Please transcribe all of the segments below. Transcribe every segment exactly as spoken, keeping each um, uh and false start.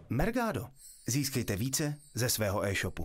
Mergado. Získejte více ze svého e-shopu.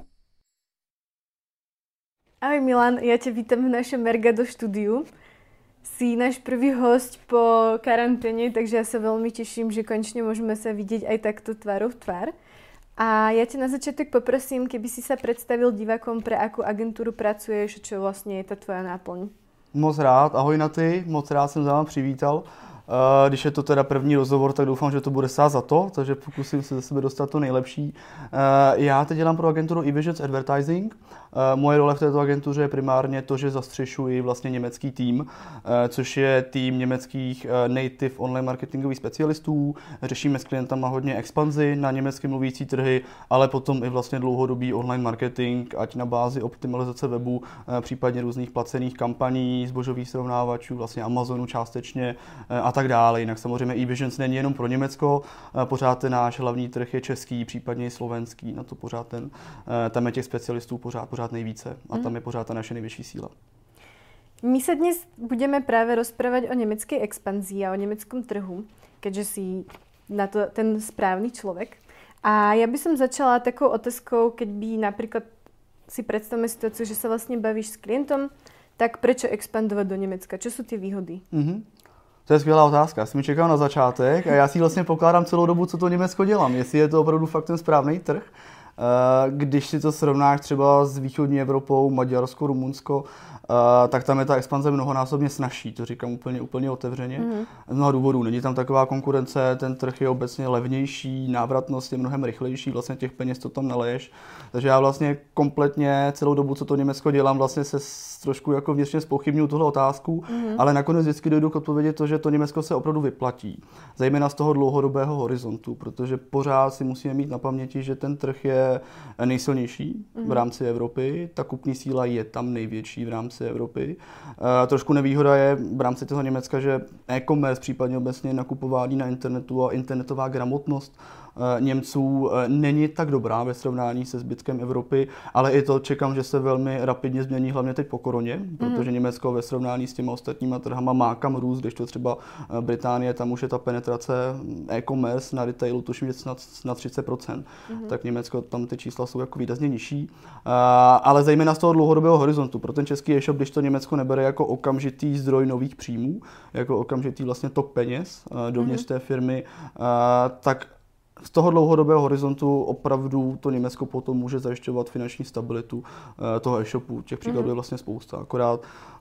Ahoj Milan, ja ťa vítam v našom Mergado štúdiu. Si náš prvý host po karanténe, takže ja sa veľmi teším, že konečne môžeme sa vidieť aj takto tvárou v tvár. A ja ťa na začiatok poprosím, keby si sa predstavil divákom, pre akú agentúru pracuješ, čo vlastne je ta tvoja náplň. Moc rád, ahoj na ty, moc rád jsem za vám přivítal. Když je to teda první rozhovor, tak doufám, že to bude stát za to, takže pokusím se ze sebe dostat to nejlepší. Já teď dělám pro agenturu eVisions Advertising. Moje role v této agentuře je primárně to, že zastřešuji vlastně německý tým, což je tým německých native online marketingových specialistů. Řešíme s klientama hodně expanzi na německy mluvící trhy, ale potom i vlastně dlouhodobý online marketing, ať na bázi optimalizace webu, případně různých placených kampaní, zbožových srovnávačů, vlastně Amazonu částečně a tak dále. Jinak samozřejmě eVisions není jenom pro Německo, pořád ten náš hlavní trh je český, případně i slovenský, na to pořád ten, tam je těch specialistů pořád, pořád nejvíce a tam je pořád ta naše nejvyšší síla. My sa dnes budeme práve rozprávať o nemeckej expanzii a o nemeckom trhu, keďže si na to ten správny človek. A ja by som začala takou otázkou, keď by napríklad si predstavme situáciu, že sa vlastne bavíš s klientom, tak prečo expandovať do Nemecka? Čo sú tie výhody? Mm-hmm. To je skvělá otázka. Já jsem ji čekal na začátek a já si vlastně pokládám celou dobu, co to Německo dělám. Jestli je to opravdu fakt ten správný trh. Když si to srovnáš třeba s východní Evropou, Maďarsko, Rumunsko, tak tam je ta expanze mnohonásobně snazší, to říkám úplně, úplně otevřeně. Mm-hmm. Z mnoha důvodů. Není tam taková konkurence, ten trh je obecně levnější, návratnost je mnohem rychlejší, vlastně těch peněz to tam naleješ. Takže já vlastně kompletně celou dobu, co to Německo dělám, vlastně se trošku jako vnitřně zpochybnuju tuhle otázku, mm-hmm. ale nakonec vždycky dojdu k odpovědi to, že to Německo se opravdu vyplatí. Zejména z toho dlouhodobého horizontu, protože pořád si musíme mít na paměti, že ten trh je nejsilnější mm-hmm. v rámci Evropy, ta kupní síla je tam největší v rámci Evropy. E, trošku nevýhoda je v rámci toho Německa, že e-commerce, případně obecně nakupování na internetu a internetová gramotnost Němců není tak dobrá ve srovnání se zbytkem Evropy, ale i to čekám, že se velmi rapidně změní, hlavně teď po koroně, protože Německo ve srovnání s těma ostatníma trhama má kam růst, když to třeba Británie, tam už je ta penetrace e-commerce na retailu tuším snad na třicet procent, mm-hmm. tak Německo, tam ty čísla jsou jako výrazně nižší, ale zejména z toho dlouhodobého horizontu. Pro ten český e-shop, když to Německo nebere jako okamžitý zdroj nových příjmů, jako okamžitý vlastně tok peněz dovnitř mm-hmm. té firmy, tak z toho dlouhodobého horizontu opravdu to Německo potom může zajišťovat finanční stabilitu uh, toho e-shopu. Těch příkladů mm-hmm. je vlastně spousta. Akorát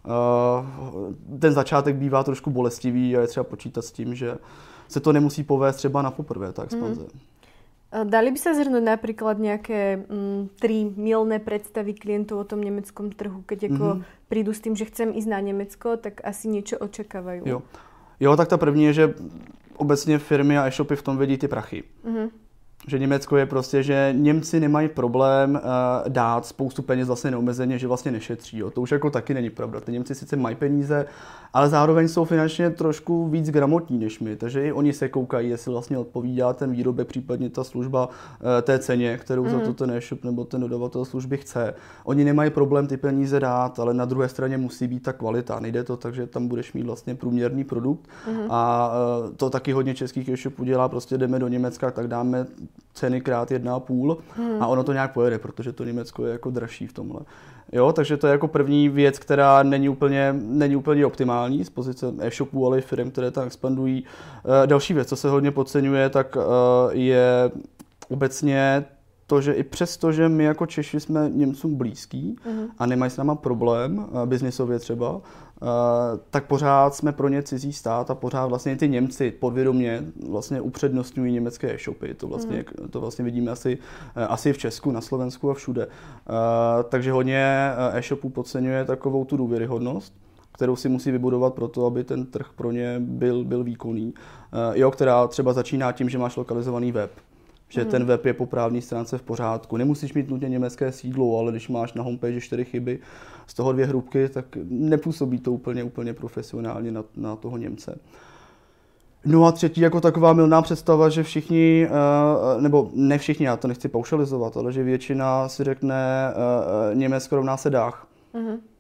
uh, ten začátek bývá trošku bolestivý a je třeba počítat s tím, že se to nemusí povést třeba na poprvé, ta expanze. Mm-hmm. Dali by sa zhrnúť napríklad nejaké mm, tri milné predstavy klientov o tom nemeckom trhu? Keď ako mm-hmm. prídu s tým, že chcem ísť na Nemecko, tak asi niečo očakávajú. Jo, jo tak ta první je, že obecně firmy a e-shopy v tom vidí ty prachy. Mm-hmm. Že Německo je prostě, že Němci nemají problém uh, dát spoustu peněz vlastně neomezeně, že vlastně nešetří. Jo. To už jako taky není pravda. Ty Němci sice mají peníze, ale zároveň jsou finančně trošku víc gramotní než my. Takže i oni se koukají, jestli vlastně odpovídá ten výrobek, případně ta služba uh, té ceně, kterou mm. za to ten e-shop nebo ten dodavatel služby chce. Oni nemají problém ty peníze dát, ale na druhé straně musí být ta kvalita. Nejde to tak, že tam budeš mít vlastně průměrný produkt. Mm. A uh, to taky hodně českých e-shopů dělá. Prostě jdeme do Německa, tak dáme ceny krát jedna a půl hmm. a ono to nějak pojede, protože to Německo je jako dražší v tomhle. Jo, takže to je jako první věc, která není úplně, není úplně optimální z pozice e-shopů, ale i firm, které tam expandují. E, další věc, co se hodně podceňuje, tak e, je obecně to, že i přesto, že my jako Češi jsme Němcům blízký mm-hmm. a nemají s náma problém, biznisově třeba, uh, tak pořád jsme pro ně cizí stát a pořád vlastně ty Němci podvědomě vlastně upřednostňují německé e-shopy. To vlastně, mm-hmm. to vlastně vidíme asi, asi v Česku, na Slovensku a všude. Uh, takže hodně e-shopů podceňuje takovou tu důvěryhodnost, kterou si musí vybudovat pro to, aby ten trh pro ně byl, byl výkonný. Uh, jo, která třeba začíná tím, že máš lokalizovaný web. Že mm. ten web je po právní stránce v pořádku. Nemusíš mít nutně německé sídlo, ale když máš na homepage čtyři chyby, z toho dvě hrubky, tak nepůsobí to úplně, úplně profesionálně na, na toho Němce. No a třetí jako taková mylná představa, že všichni, nebo ne všichni, já to nechci paušalizovat, ale že většina si řekne Německo rovná se dách. Mm.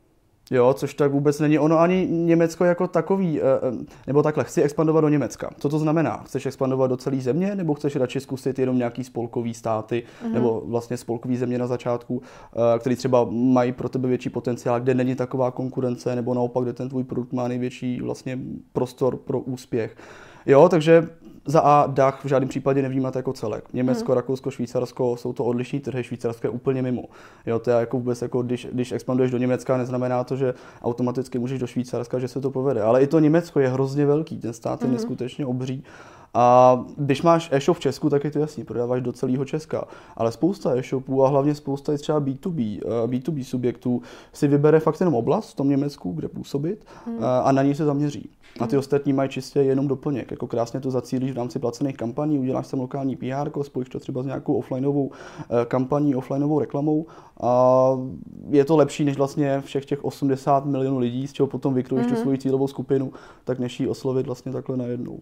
Jo, což tak vůbec není. Ono ani Německo jako takový, nebo takhle, chci expandovat do Německa. Co to znamená? Chceš expandovat do celé země, nebo chceš radši zkusit jenom nějaký spolkový státy, mm-hmm. nebo vlastně spolkový země na začátku, který třeba mají pro tebe větší potenciál, kde není taková konkurence, nebo naopak, kde ten tvůj produkt má největší vlastně prostor pro úspěch. Jo, takže za A D A C v žádném případě nevnímat jako celek. Německo, hmm. Rakousko, Švýcarsko jsou to odlišní trhy, Švýcarsko je úplně mimo. Jo, to je jako vůbec jako když, když expanduješ do Německa, neznamená to, že automaticky můžeš do Švýcarska, že se to povede. Ale i to Německo je hrozně velký, ten stát je hmm. neskutečně obří. A když máš e-shop v Česku, tak je to jasný, prodáváš do celého Česka. Ale spousta e-shopů a hlavně spousta je třeba B dva B, B dva B subjektů si vybere fakt jenom oblast v tom Německu, kde působit hmm. a na ní se zaměří. A ty ostatní mají čistě jenom doplněk. Jako krásně to zacílíš v rámci placených kampaní, uděláš sem lokální P R, spojíš to třeba s nějakou offlineovou kampaní, offlineovou reklamou a je to lepší než vlastně všech těch osmdesát milionů lidí, z čeho potom vykrojíš mm-hmm. tu svoji cílovou skupinu, tak než ji oslovit vlastně takhle najednou.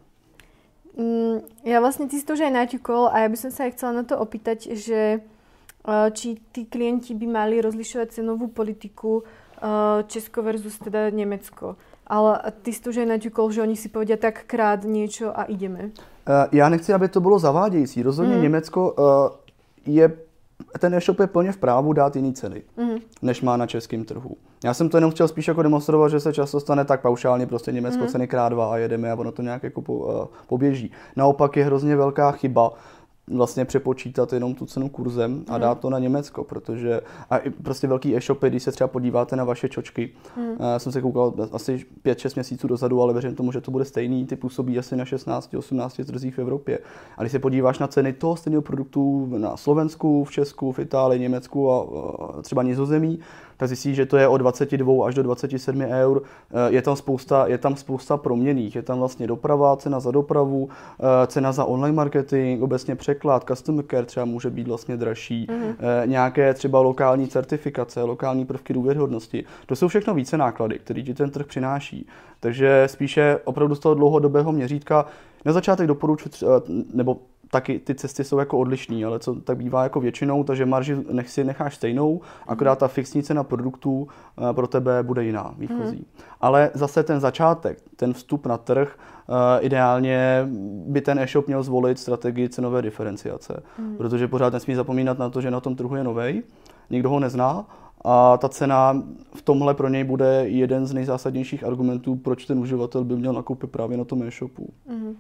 Mm, ja vlastne, ty si to už aj naťukol a ja by som sa aj chcela na to opýtať, že či tí klienti by mali rozlišovať cenovú politiku Česko versus teda Nemecko. Ale ty si to už aj naťukol, že oni si povedia tak krát niečo a ideme. Já nechci, aby to bylo zavádějící. Rozhodně mm. Německo je, ten e-shop je plně v právu dát jiný ceny, mm. než má na českém trhu. Já jsem to jenom chtěl spíš jako demonstrovat, že se často stane tak paušálně, prostě Německo mm. ceny krát dva a jedeme a ono to nějak jako po, poběží. Naopak je hrozně velká chyba vlastně přepočítat jenom tu cenu kurzem a dát to na Německo, protože a i prostě velký e-shopy, když se třeba podíváte na vaše čočky, hmm. já jsem se koukal asi pět šest měsíců dozadu, ale věřím tomu, že to bude stejný, ty působí asi na šestnáct osmnáct trzích v Evropě. A když se podíváš na ceny toho stejného produktu na Slovensku, v Česku, v Itálii, Německu a třeba Nizozemí, tak zjistíš, že to je od dvacet dva až do dvacet sedm eur. Je tam spousta, je tam spousta proměnných. Je tam vlastně doprava, cena za dopravu, cena za online marketing, obecně překlad, customer care třeba může být vlastně dražší, mm-hmm. nějaké třeba lokální certifikace, lokální prvky důvěryhodnosti. To jsou všechno více náklady, které ti ten trh přináší. Takže spíše opravdu z toho dlouhodobého měřítka na začátek doporučuji, nebo taky ty cesty jsou jako odlišný, ale co tak bývá jako většinou, takže marži nech si necháš stejnou, akorát ta fixní cena produktů pro tebe bude jiná, výchozí. Mm. Ale zase ten začátek, ten vstup na trh, ideálně by ten e-shop měl zvolit strategii cenové diferenciace, mm. protože pořád nesmí zapomínat na to, že na tom trhu je novej, nikdo ho nezná a ta cena v tomhle pro něj bude jeden z nejzásadnějších argumentů, proč ten uživatel by měl nakoupit právě na tom e-shopu. Mm.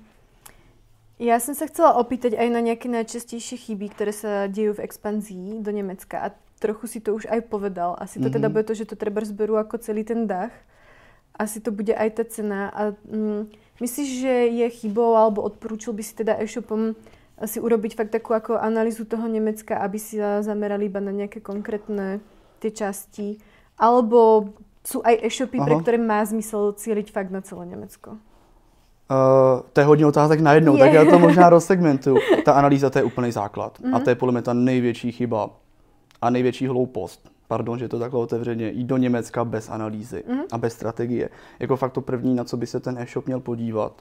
Ja som sa chcela opýtať aj na nejaké najčastejšie chyby, ktoré sa dejú v expanzii do Nemecka a trochu si to už aj povedal. Asi to mm-hmm. teda bude to, že to treba zberú ako celý ten dach. Asi to bude aj tá cena. A mm, myslíš, že je chybou alebo odporúčil by si teda e-shopom si urobiť fakt takú ako analýzu toho Nemecka, aby si zamerali iba na nejaké konkrétne tie časti? Alebo sú aj e-shopy, Aha. pre ktoré má zmysel cieliť fakt na celé Nemecko? Uh, to je hodně otázek najednou, tak já to možná rozsegmentuju. Ta analýza, to je úplný základ. Mm-hmm. A to je podle mě ta největší chyba a největší hloupost. Pardon, že to takhle otevřeně. Jít do Německa bez analýzy mm-hmm. a bez strategie. Jako fakt to první, na co by se ten e-shop měl podívat.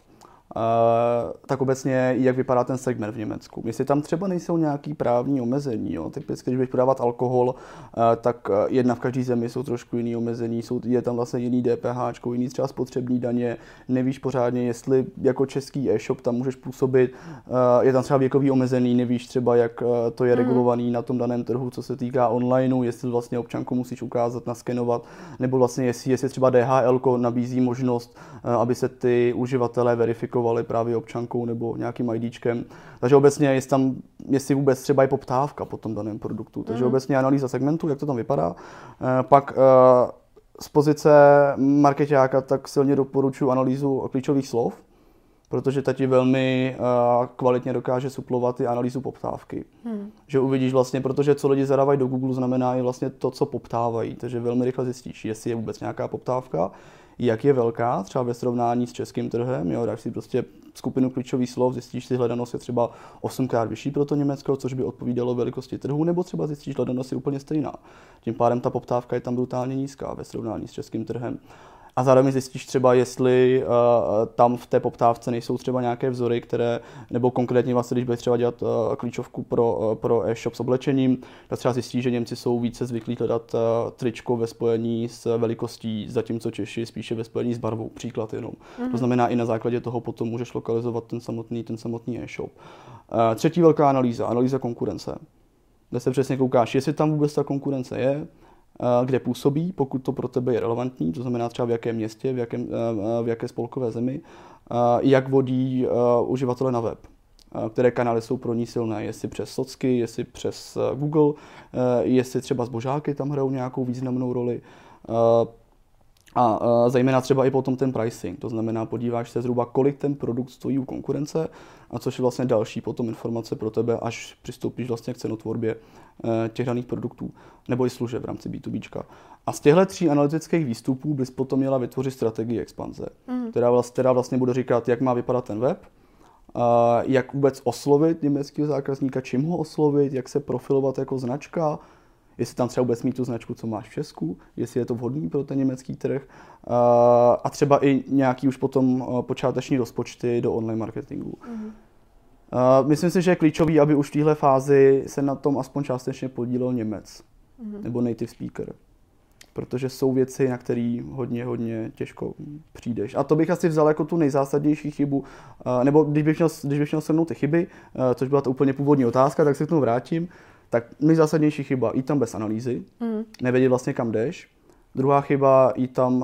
Uh, tak obecně, jak vypadá ten segment v Německu. Jestli tam třeba nejsou nějaký právní omezení, jo? Typicky, když budeš prodávat alkohol, uh, tak uh, jedna v každé zemi jsou trošku jiný omezení, jsou, je tam vlastně jiný D P H, jiný třeba spotřební daně, nevíš pořádně, jestli jako český e-shop tam můžeš působit, uh, je tam třeba věkový omezený, nevíš třeba, jak uh, to je mm. regulovaný na tom daném trhu, co se týká onlineu, jestli vlastně občanku musíš ukázat, naskenovat, nebo vlastně jestli, jestli třeba D H L ko nabízí možnost, uh, aby se ty uživatelé verifikovali právě občankou nebo nějakým IDčkem. Takže obecně, jestli, tam, jestli vůbec třeba je poptávka po tom daném produktu. Takže mm. obecně analýza segmentu, jak to tam vypadá. E, pak e, z pozice markeťáka tak silně doporučuji analýzu klíčových slov, protože ta ti velmi uh, kvalitně dokáže suplovat i analýzu poptávky. Hmm. Že uvidíš vlastně, protože co lidi zadávají do Google, znamená i vlastně to, co poptávají. Takže velmi rychle zjistíš, jestli je vůbec nějaká poptávka, jak je velká, třeba ve srovnání s českým trhem. Jo, dáš si prostě skupinu klíčových slov, zjistíš si, hledanost je třeba osmkrát vyšší pro to Německo, což by odpovídalo velikosti trhu, nebo třeba zjistíš, hledanost je úplně stejná. Tím pádem ta poptávka je tam brutálně nízká ve srovnání s českým trhem. A zároveň zjistíš třeba, jestli uh, tam v té poptávce nejsou třeba nějaké vzory, které, nebo konkrétně vlastně, když budeš třeba dělat uh, klíčovku pro, uh, pro e-shop s oblečením, tak třeba zjistíš, že Němci jsou více zvyklí hledat uh, tričko ve spojení s velikostí, zatímco Češi spíše ve spojení s barvou, příklad jenom. Mm-hmm. To znamená, i na základě toho potom můžeš lokalizovat ten samotný, ten samotný e-shop. Uh, třetí velká analýza, analýza konkurence. Kde se přesně koukáš, jestli tam vůbec ta konkurence je, kde působí, pokud to pro tebe je relevantní, to znamená třeba v jakém městě, v, jakém, v jaké spolkové zemi, jak vodí uživatele na web, které kanály jsou pro ní silné, jestli přes socky, jestli přes Google, jestli třeba zbožáky tam hrajou nějakou významnou roli. A zejména třeba i potom ten pricing, to znamená podíváš se zhruba, kolik ten produkt stojí u konkurence, a což je vlastně další potom informace pro tebe, až přistoupíš vlastně k cenotvorbě těch daných produktů nebo i služeb v rámci bé dvě béčka. A z těchto tří analytických výstupů bys potom měla vytvořit strategii expanze, mm. která, vlastně, která vlastně bude říkat, jak má vypadat ten web, jak vůbec oslovit německého zákazníka, čím ho oslovit, jak se profilovat jako značka, jestli tam třeba vůbec mít tu značku, co máš v Česku, jestli je to vhodný pro ten německý trh a třeba i nějaký už potom počáteční rozpočty do online marketingu. Mm. Myslím si, že je klíčový, aby už v téhle fázi se na tom aspoň částečně podílel Němec mm. nebo native speaker, protože jsou věci, na které hodně, hodně těžko přijdeš. A to bych asi vzal jako tu nejzásadnější chybu, nebo když bych měl, když bych měl shrnout ty chyby, což byla to úplně původní otázka, tak se k tomu vrátím. Tak nejzásadnější chyba, jít tam bez analýzy, mm. nevědět vlastně kam jdeš. Druhá chyba, jít tam uh,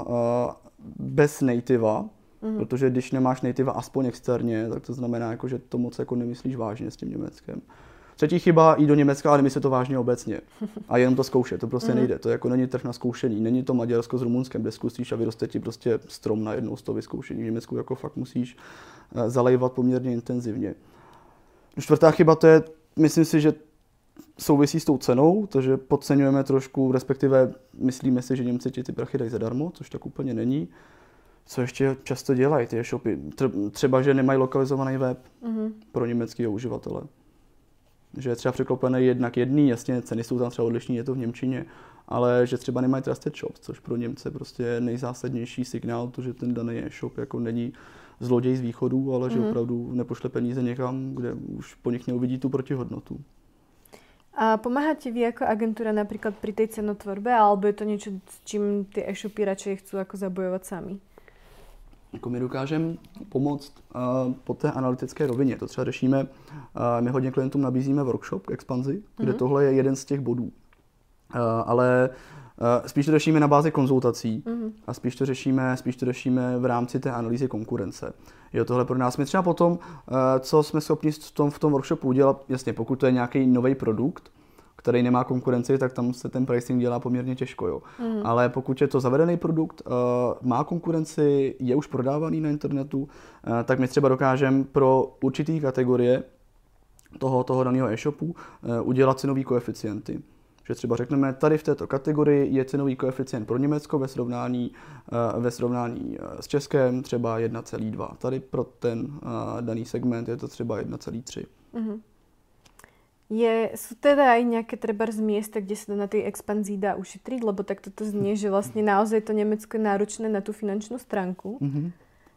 bez nativa, mm. protože když nemáš nativa aspoň externě, tak to znamená, jako, že to moc jako nemyslíš vážně s tím Německem. Třetí chyba, jít do Německa, ale nemyslet to vážně obecně. A jenom to zkoušet, to prostě mm. nejde. To jako není trh na zkoušení, není to Maďarsko s Rumunskem, kde zkusíš a vyroste ti prostě strom na jednou z toho vyzkoušení. V Německu jako fakt musíš uh, zalejvat poměrně intenzivně. Čtvrtá chyba, to je, myslím si, že souvisí s tou cenou, takže podceňujeme trošku, respektive myslíme si, že Němci ti ty prachy dají zadarmo, což tak úplně není. Co ještě často dělají ty e-shopy? Třeba, že nemají lokalizovaný web mm-hmm. pro německého uživatele. Že je třeba překlopený jednak jedný, jasně, ceny jsou tam třeba odlišný, je to v němčině, ale že třeba nemají trusted shop, což pro Němce prostě je nejzásadnější signál, to, že ten daný e-shop jako není zloděj z východu, ale mm-hmm. že opravdu nepošle peníze někam, kde už po nich neuvidí tu protihodnotu. A pomáhate vy ako agentúra napríklad pri tej cenotvorbe, alebo je to niečo, s čím ty e-shopy radšej chcú ako zabojovať sami? Jako my dokážeme pomoct uh, po té analytické rovině. To třeba řešíme, uh, my hodně klientům nabízíme workshop k expanzi, mm-hmm. kde tohle je jeden z těch bodů. Uh, ale uh, spíš to řešíme na bázi konzultací mm-hmm. a spíš to řešíme, spíš to řešíme v rámci té analýzy konkurence. Jo, tohle pro nás. My třeba potom, uh, co jsme schopni v tom, v tom workshopu udělat, jasně, pokud to je nějaký nový produkt, který nemá konkurenci, tak tam se ten pricing dělá poměrně těžko. Jo. Mm. Ale pokud je to zavedený produkt, uh, má konkurenci, je už prodávaný na internetu, uh, tak my třeba dokážeme pro určitý kategorie toho, toho daného e-shopu uh, udělat cenový koeficienty. Že třeba řekneme, tady v této kategorii je cenový koeficient pro Německo ve srovnání, uh, ve srovnání uh, s Českem třeba jedna celá dva. Tady pro ten uh, daný segment je to třeba jedna celá tři. Mm-hmm. Je, sú teda aj nejaké trebárs miesta, kde sa na tej expanzii dá ušetriť? Lebo tak toto znie, že vlastne naozaj to Nemecko je náročné na tú finančnú stránku. Mm-hmm.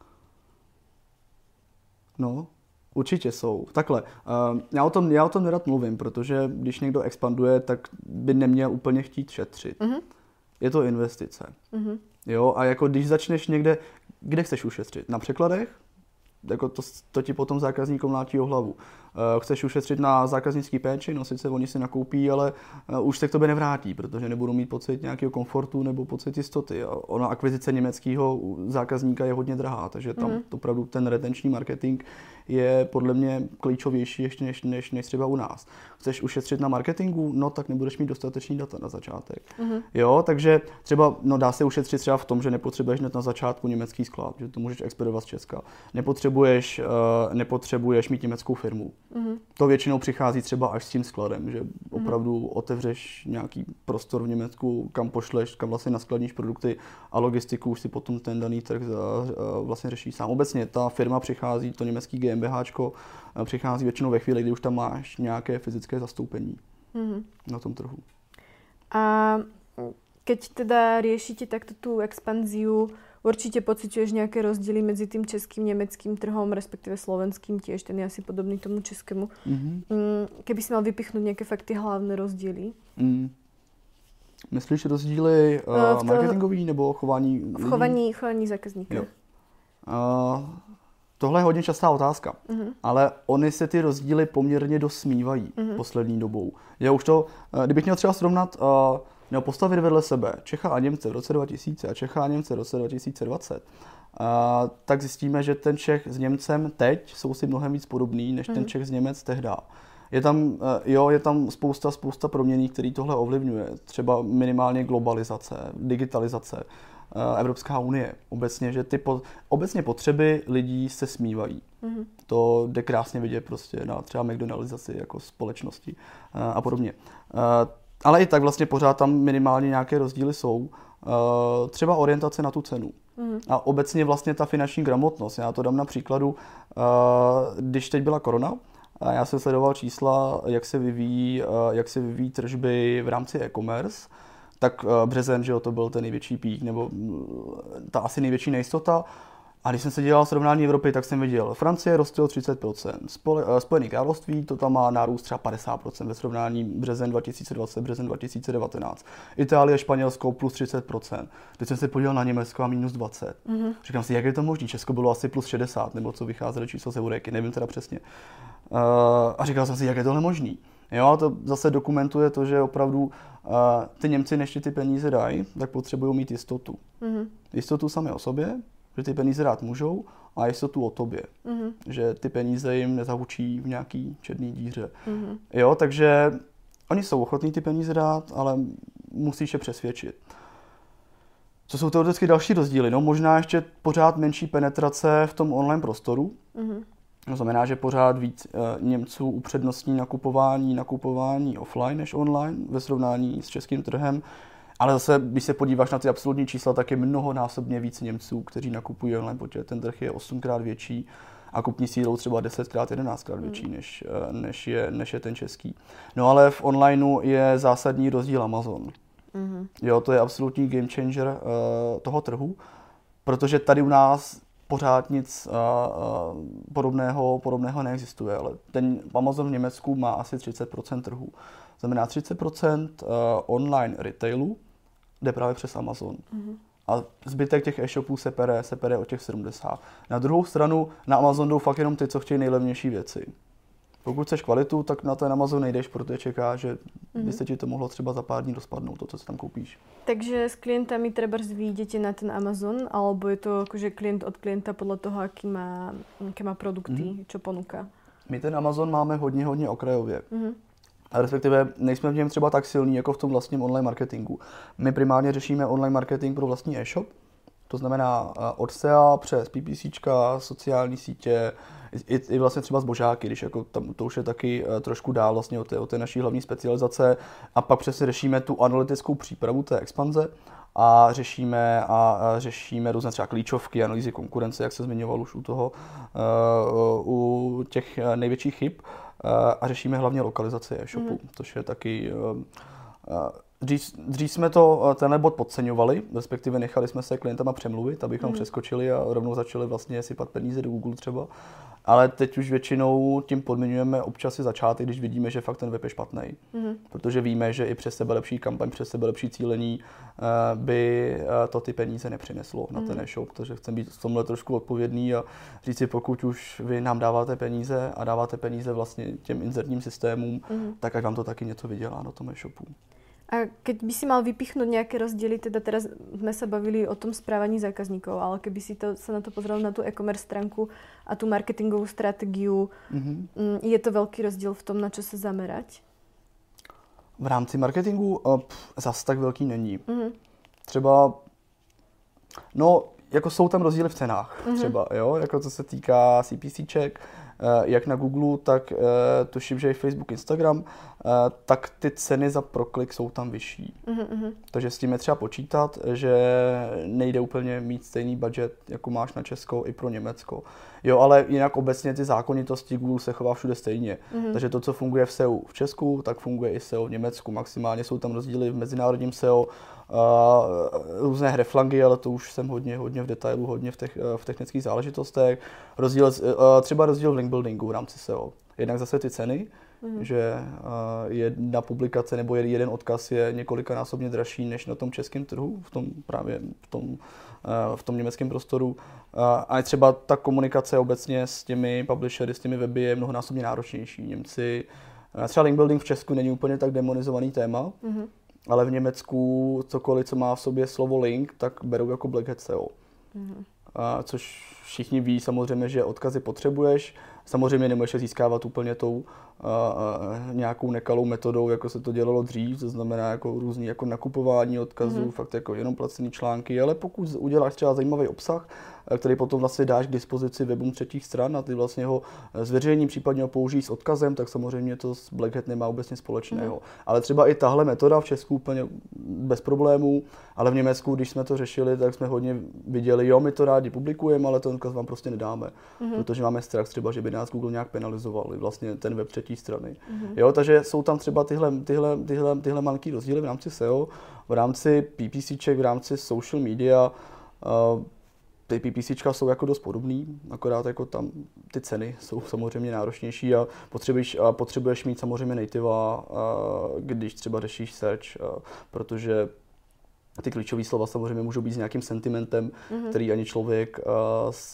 No, určitě jsou. Takhle, uh, já, o tom, já o tom nerad mluvím, protože když někdo expanduje, tak by neměl úplně chtít šetřit. Mm-hmm. Je to investice. Mm-hmm. Jo, a jako když začneš někde, kde chceš ušetřit? Na překladech? Jako to, to ti potom zákazníkům mlátí o hlavu. Uh, chceš ušetřit na zákaznický péči, no sice oni si nakoupí, ale uh, už se k tobě nevrátí, protože nebudou mít pocit nějakého komfortu nebo pocit jistoty. A ona akvizice německého zákazníka je hodně drahá, takže tam mm. opravdu ten retenční marketing je podle mě klíčovější ještě než, než, než třeba u nás. Chceš ušetřit na marketingu, no tak nebudeš mít dostatečný data na začátek. Mm. Jo, takže třeba no, dá se ušetřit třeba v tom, že nepotřebuješ hned na začátku německý sklad, že to můžeš expedovat z Česka. Nepotřebuješ, uh, nepotřebuješ mít německou firmu. Mm-hmm. To většinou přichází třeba až s tím skladem, že opravdu mm-hmm. otevřeš nějaký prostor v Německu, kam pošleš, kam vlastně naskladníš produkty a logistiku už si potom ten daný trh vlastně řeší sám. Obecně ta firma přichází, to německý GmbHčko přichází většinou ve chvíli, kdy už tam máš nějaké fyzické zastoupení mm-hmm. na tom trhu. A keď teda riešite takto tú expanziu určite pociťuješ nejaké rozdiely medzi tým českým, nemeckým trhom, respektíve slovenským tiež, ten je asi podobný tomu českému. Mm-hmm. Keby si mal vypichnúť nejaké fakt ty hlavné rozdiely? Mm. Myslíš rozdíly uh, marketingový nebo chování lidí? V chování, chování zákazníka. Jo. Uh, tohle je hodně častá otázka, uh-huh. ale oni se ty rozdíly poměrně dost smívají uh-huh. poslední dobou. Já už to, uh, kdybych měl třeba srovnat, uh, nebo postavit vedle sebe Čecha a Němce v roce dva tisíce a Čecha a Němce v roce dva tisíce dvacet, uh, tak zjistíme, že ten Čech s Němcem teď jsou si mnohem víc podobný, než uh-huh. ten Čech s Němec tehdy. Je tam, jo, je tam spousta, spousta promění, který tohle ovlivňuje. Třeba minimálně globalizace, digitalizace, Evropská unie. Obecně, že ty po, obecně potřeby lidí se smívají. Mm-hmm. To jde krásně vidět prostě na třeba McDonaldizaci jako společnosti a podobně. Ale i tak vlastně pořád tam minimálně nějaké rozdíly jsou. Třeba orientace na tu cenu. Mm-hmm. A obecně vlastně ta finanční gramotnost. Já to dám na příkladu, když teď byla korona, a já jsem sledoval čísla, jak se vyvíjí, jak se vyvíjí tržby v rámci e-commerce, tak březen, že jo, to byl ten největší pík, nebo ta asi největší nejistota. A když jsem se dělal srovnání Evropy, tak jsem viděl, Francie roste o třicet procent, Spojené království, to tam má nárůst třeba padesát procent ve srovnání březen dva tisíce dvacet, březen dva tisíce devatenáct. Itálie, Španělsko plus třicet procent. Teď jsem se podíval na Německo a minus dvacet. Mm-hmm. Říkám si, jak je to možné? Česko bylo asi plus šedesát, nebo co vycházelo číslo z Eureky, nevím teda přesně. Uh, a říkal jsem si, jak je tohle možný. Jo, a to zase dokumentuje to, že opravdu uh, ty Němci, než ti ty peníze dají, tak potřebují mít jistotu. Mm-hmm. Jistotu sami o sobě, že ty peníze dát můžou, a jistotu o tobě. Mm-hmm. Že ty peníze jim nezahučí v nějaký černý díře. Mm-hmm. Jo, takže oni jsou ochotní ty peníze dát, ale musíš je přesvědčit. Co jsou to vždycky další rozdíly? No, možná ještě pořád menší penetrace v tom online prostoru. Mm-hmm. To znamená, že pořád víc e, Němců upřednostní nakupování, nakupování offline než online ve srovnání s českým trhem. Ale zase, když se podíváš na ty absolutní čísla, tak je mnohonásobně víc Němců, kteří nakupují online, protože ten trh je osmkrát větší a kupní sílou třeba desetkrát, jedenáctkrát větší, mm. než, než, je, než je ten český. No ale v onlineu je zásadní rozdíl Amazon. Mm-hmm. Jo, to je absolutní game changer uh, toho trhu, protože tady u nás pořád nic uh, uh, podobného, podobného neexistuje, ale ten Amazon v Německu má asi třicet procent trhu. Znamená třicet procent uh, online retailu jde právě přes Amazon. Mm-hmm. A zbytek těch e-shopů se pere, se pere o těch sedmdesát. Na druhou stranu na Amazon jdou fakt jenom ty, co chtějí nejlevnější věci. Pokud chceš kvalitu, tak na ten Amazon nejdeš, protože čekáš, že mm-hmm. by se ti to mohlo třeba za pár dní rozpadnout, to, co si tam koupíš. Takže s klientami třeba vyjdete na ten Amazon, alebo je to akože klient od klienta podle toho, aký má, aké má produkty, mm-hmm. čo ponúka? My ten Amazon máme hodně, hodně okrajově. Mm-hmm. A respektive nejsme v něm třeba tak silní jako v tom vlastním online marketingu. My primárně řešíme online marketing pro vlastní e-shop, to znamená od S E A přes PPCčka, sociální sítě, i, i vlastně třeba zbožáky, když jako tam, to už je taky trošku dál vlastně od té, od té naší hlavní specializace. A pak přesně řešíme tu analytickou přípravu té expanze a řešíme, a řešíme různé třeba klíčovky, analýzy konkurence, jak se zmiňoval už u toho, uh, u těch největších chyb. A řešíme hlavně lokalizaci e-shopu, mm. což je taky... Dřív, dřív jsme to, tenhle bod podceňovali, respektive nechali jsme se klientama přemluvit, abychom mm. přeskočili a rovnou začali vlastně sypat peníze do Google třeba. Ale teď už většinou tím podmiňujeme občas i začátek, když vidíme, že fakt ten web je špatný. Mm. Protože víme, že i přes sebe lepší kampaň, přes sebe lepší cílení by to ty peníze nepřineslo na ten e-shop. Takže chcem být v tomhle trošku odpovědný a říct si, pokud už vy nám dáváte peníze a dáváte peníze vlastně těm inzertním systémům, mm. tak ať vám to taky něco vydělá na tom e-shopu. A keď by si mal vypichnúť nejaké rozdiely, teda teraz sme sa bavili o tom správaní zákazníkov, ale keby si to, sa na to pozrel na tú e-commerce stránku a tú marketingovú stratégiu, mm-hmm. je to veľký rozdiel v tom, na čo sa zamerať? V rámci marketingu pff, zas tak velký není. Mm-hmm. Třeba, no, jako jsou tam rozdíly v cenách, mm-hmm. třeba, jo, jako co se týká CPCček, jak na Google, tak tuším, že i Facebook, Instagram, tak ty ceny za proklik jsou tam vyšší. Mm-hmm. Takže s tím je třeba počítat, že nejde úplně mít stejný budget, jako máš na Česko i pro Německo. Jo, ale jinak obecně ty zákonitosti Google se chová všude stejně. Mm-hmm. Takže to, co funguje v S E O v Česku, tak funguje i S E O v Německu. Maximálně jsou tam rozdíly v mezinárodním S E O, uh, různé hřeflangy, ale to už jsem hodně, hodně v detailu, hodně v, těch, v technických záležitostech. Rozdíl, uh, třeba rozdíl v link buildingu v rámci S E O. Jednak zase ty ceny, mm-hmm. že uh, jedna publikace nebo jeden odkaz je několikanásobně dražší než na tom českém trhu, v tom právě v tom, uh, v tom německém prostoru. Uh, a třeba ta komunikace obecně s těmi publishery, s těmi weby je mnohonásobně náročnější. Němci, uh, třeba link building v Česku není úplně tak demonizovaný téma, mm-hmm. ale v Německu cokoliv, co má v sobě slovo link, tak berou jako black hat S E O. Mm-hmm. Uh, což všichni ví samozřejmě, že odkazy potřebuješ. Samozřejmě nemůžeš získávat úplně tou uh, uh, nějakou nekalou metodou, jako se to dělalo dřív, to znamená jako různý jako nakupování odkazů, mm-hmm. fakt jako jenom placený články, ale pokud uděláš třeba zajímavý obsah, který potom vlastně dáš k dispozici webům třetích stran a ty vlastně ho zveřejní, případně ho použijí s odkazem, tak samozřejmě to s Black Hat nemá obecně společného. Mm. Ale třeba i tahle metoda v Česku úplně bez problémů, ale v Německu, když jsme to řešili, tak jsme hodně viděli, jo, my to rádi publikujeme, ale ten odkaz vám prostě nedáme, mm. protože máme strach třeba, že by nás Google nějak penalizoval, vlastně ten web třetí strany. Mm. Jo, takže jsou tam třeba tyhle, tyhle, tyhle, tyhle malinký rozdíly v rámci S E O, v rámci PPCček, v rámci social media. Uh, Ty PPCčka jsou jako dost podobný, akorát jako tam ty ceny jsou samozřejmě náročnější a potřebuješ, a potřebuješ mít samozřejmě nativa, když třeba řešíš search, protože ty klíčové slova samozřejmě můžou být s nějakým sentimentem, mm-hmm. který ani člověk s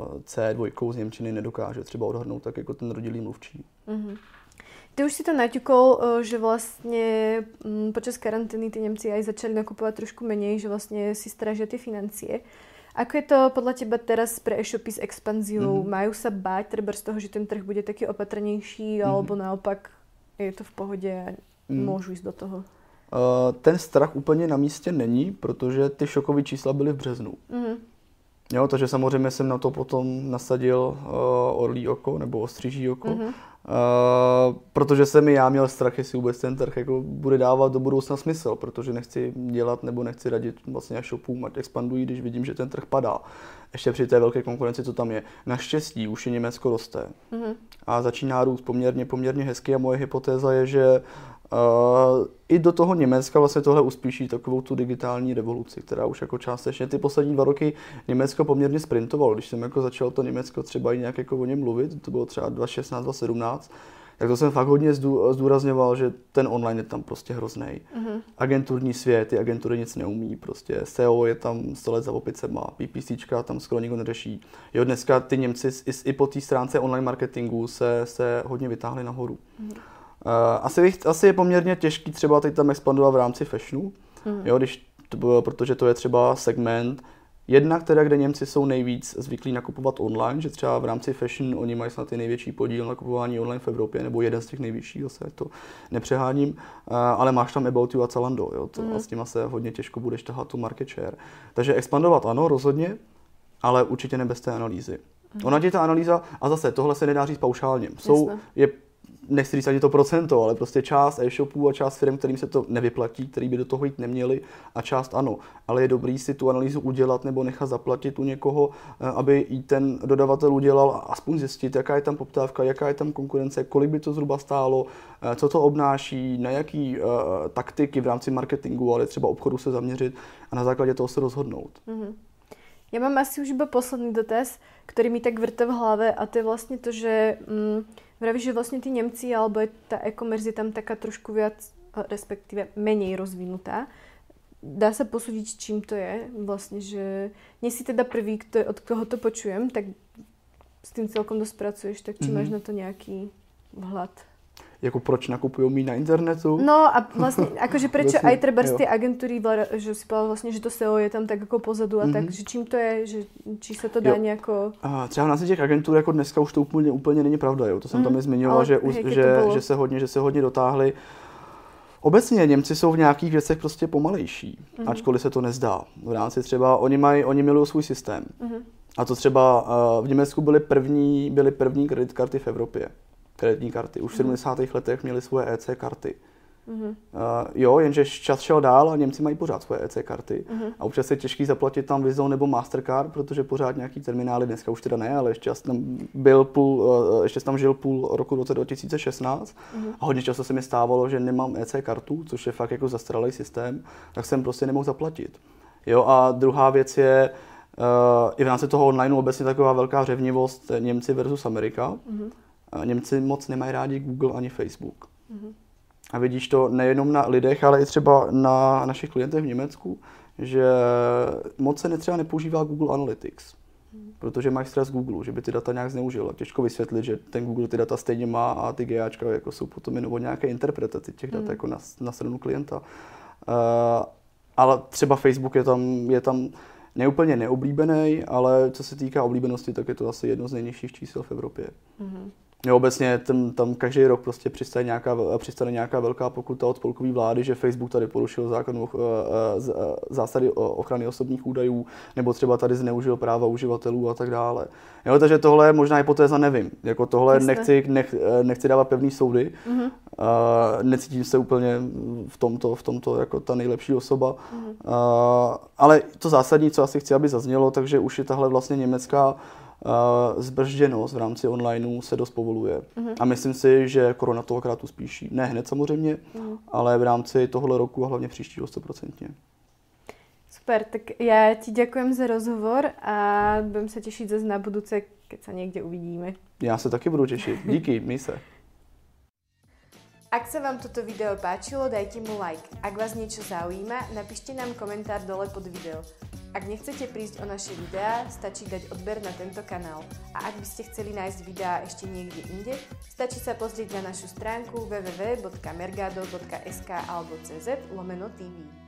C dva z němčiny nedokáže třeba odhadnout, tak jako ten rodilý mluvčí. Mm-hmm. Ty už si to naťukol, že vlastne počas karantény tí Nemci aj začali nakupovať trošku menej, že vlastne si strážia tie financie. Ako je to podľa teba teraz pre e-shopy s expanziou? Mm-hmm. Majú sa báť treba z toho, že ten trh bude taký opatrnejší, mm-hmm. alebo naopak je to v pohode a mm. môžu ísť do toho? Uh, ten strach úplně na místě není, protože ty šokové čísla byly v březnu. Mm-hmm. Jo, takže samozřejmě jsem na to potom nasadil uh, orlí oko nebo ostříží oko. Mm-hmm. Uh, protože jsem i já měl strach, jestli vůbec ten trh jako bude dávat do budoucna smysl, protože nechci dělat nebo nechci radit vlastně shopům, ať expandují, když vidím, že ten trh padá. Ještě při té velké konkurenci, co tam je. Naštěstí už i Německo roste. Mm-hmm. A začíná růst poměrně, poměrně hezky a moje hypotéza je, že Uh, i do toho Německa vlastně tohle uspíší takovou tu digitální revoluci, která už jako částečně ty poslední dva roky Německo poměrně sprintovalo. Když jsem jako začal to Německo třeba i nějak jako o něm mluvit, to bylo třeba dva tisíce šestnáct, dva tisíce sedmnáct, tak to jsem fakt hodně zdůrazňoval, že ten online je tam prostě hroznej. Mm-hmm. Agenturní svět, ty agentury nic neumí, prostě S E O je tam sto let za opicema, PPCčka tam skoro nikdo neřeší. Jo, dneska ty Němci i, i po té stránce online marketingu se, se hodně vytáhli nahoru. Mm-hmm. Uh, asi, asi je poměrně těžký třeba teď tam expandovat v rámci fashionu, mm. jo, když to bylo, protože to je třeba segment, jednak teda, kde Němci jsou nejvíc zvyklí nakupovat online, že třeba v rámci fashion oni mají snad i největší podíl nakupování online v Evropě, nebo jeden z těch nejvyšších, zase to nepřeháním, uh, ale máš tam About You a Zalando, jo, to, mm. a s tím se hodně těžko budeš tahat tu market share. Takže expandovat ano, rozhodně, ale určitě ne bez té analýzy. Mm. Ona ti ta analýza, a zase tohle se nedá říct paušálně, jsou, je nechci říct ani to procento, ale prostě část e-shopů a část firm, kterým se to nevyplatí, který by do toho jít neměli, a část ano. Ale je dobrý si tu analýzu udělat nebo nechat zaplatit u někoho, aby i ten dodavatel udělal a aspoň zjistit, jaká je tam poptávka, jaká je tam konkurence, kolik by to zhruba stálo, co to obnáší, na jaký uh, taktiky v rámci marketingu, ale třeba obchodu se zaměřit a na základě toho se rozhodnout. Mm-hmm. Ja mám asi už iba posledný dotaz, ktorý mi tak vrta v hlave, a to je vlastne to, že mm, vravíš, že vlastne tí Nemci, alebo je tá e-commerce je tam taká trošku viac, respektíve menej rozvinutá. Dá sa posúdiť, čím to je? Vlastne, že nie si teda prvý, kto, od koho to počujem, tak s tým celkom dosť pracuješ, tak či mm-hmm. máš na to nejaký vhľad? Jako proč nakupujú mi na internetu? No a vlastne, akože prečo aj treba z tie agentúry, že si povedal vlastne, že to S E O je tam tak ako pozadu a mm-hmm. tak, že čím to je, že či sa to dá jo. nejako... A třeba na těch agentúr jako dneska už to úplně, úplně není pravda, jo. To jsem mm, tam i zmiňoval, že, hej, že, že, se hodně, že se hodně dotáhli. Obecně Němci jsou v nějakých věcech prostě pomalejší, mm-hmm. ačkoliv se to nezdá. V rámci třeba, oni, mají, oni milují svůj systém. Mm-hmm. A to třeba uh, v Německu byly první, byly první kredit karty v Evropě. Kreditní karty. Už v sedmdesátých letech měli svoje E C karty. Mm-hmm. Uh, jo, jenže čas šel dál a Němci mají pořád svoje E C karty. Mm-hmm. A občas je těžký zaplatit tam Visa nebo Mastercard, protože pořád nějaký terminály, dneska už teda ne, ale ještě tam byl půl, uh, ještě tam žil půl roku roce dva tisíce šestnáct mm-hmm. a hodně často se mi stávalo, že nemám E C kartu, což je fakt jako zastaralý systém, tak jsem prostě nemohl zaplatit. Jo, a druhá věc je, uh, i v rámci toho online obecně taková velká řevnivost Němci versus Amerika. Mm-hmm. Uh, Němci moc nemají rádi Google ani Facebook. Mm-hmm. A vidíš to nejenom na lidech, ale i třeba na našich klientech v Německu, že moc se netřeba nepoužívá Google Analytics, hmm. protože máš stres Google, že by ty data nějak zneužil. Těžko vysvětlit, že ten Google ty data stejně má a ty GAčka jako jsou potom jen o nějaké interpretaci těch dat hmm. jako na, na stranu klienta. Uh, ale třeba Facebook je tam, je tam neúplně neoblíbený, ale co se týká oblíbenosti, tak je to asi jedno z nejnižších čísel v Evropě. Hmm. Jo, obecně tam, tam každý rok prostě přistane nějaká, přistane nějaká velká pokuta od spolkové vlády, že Facebook tady porušil zákon o, zásady ochrany osobních údajů, nebo třeba tady zneužil práva uživatelů a tak dále. Jo, takže tohle je možná hypotéza, nevím. Jako tohle nechci, nech, nechci dávat pevný soudy. Mm-hmm. Uh, necítím se úplně v tomto, v tomto jako ta nejlepší osoba. Mm-hmm. Uh, ale to zásadní, co asi chci, aby zaznělo, takže už je tahle vlastně německá Uh, zbržděnost v rámci onlineu se dost povoluje. Uh-huh. A myslím si, že korona to akorát uspíší. Ne hned samozřejmě, uh-huh. ale v rámci tohohle roku a hlavně příštího sto procent. Super, tak já ti děkujem za rozhovor a budem se těšit zase na budúce, keď sa niekde uvidíme. Já se taky budu těšit. Díky, měj se. Ak sa vám toto video páčilo, dajte mu like. Ak vás niečo zaujíma, napíšte nám komentár dole pod video. Ak nechcete prísť o naše videá, stačí dať odber na tento kanál. A ak by ste chceli nájsť videá ešte niekde inde, stačí sa pozrieť na našu stránku w w w bodka mergado bodka es ka alebo cz lomeno tv.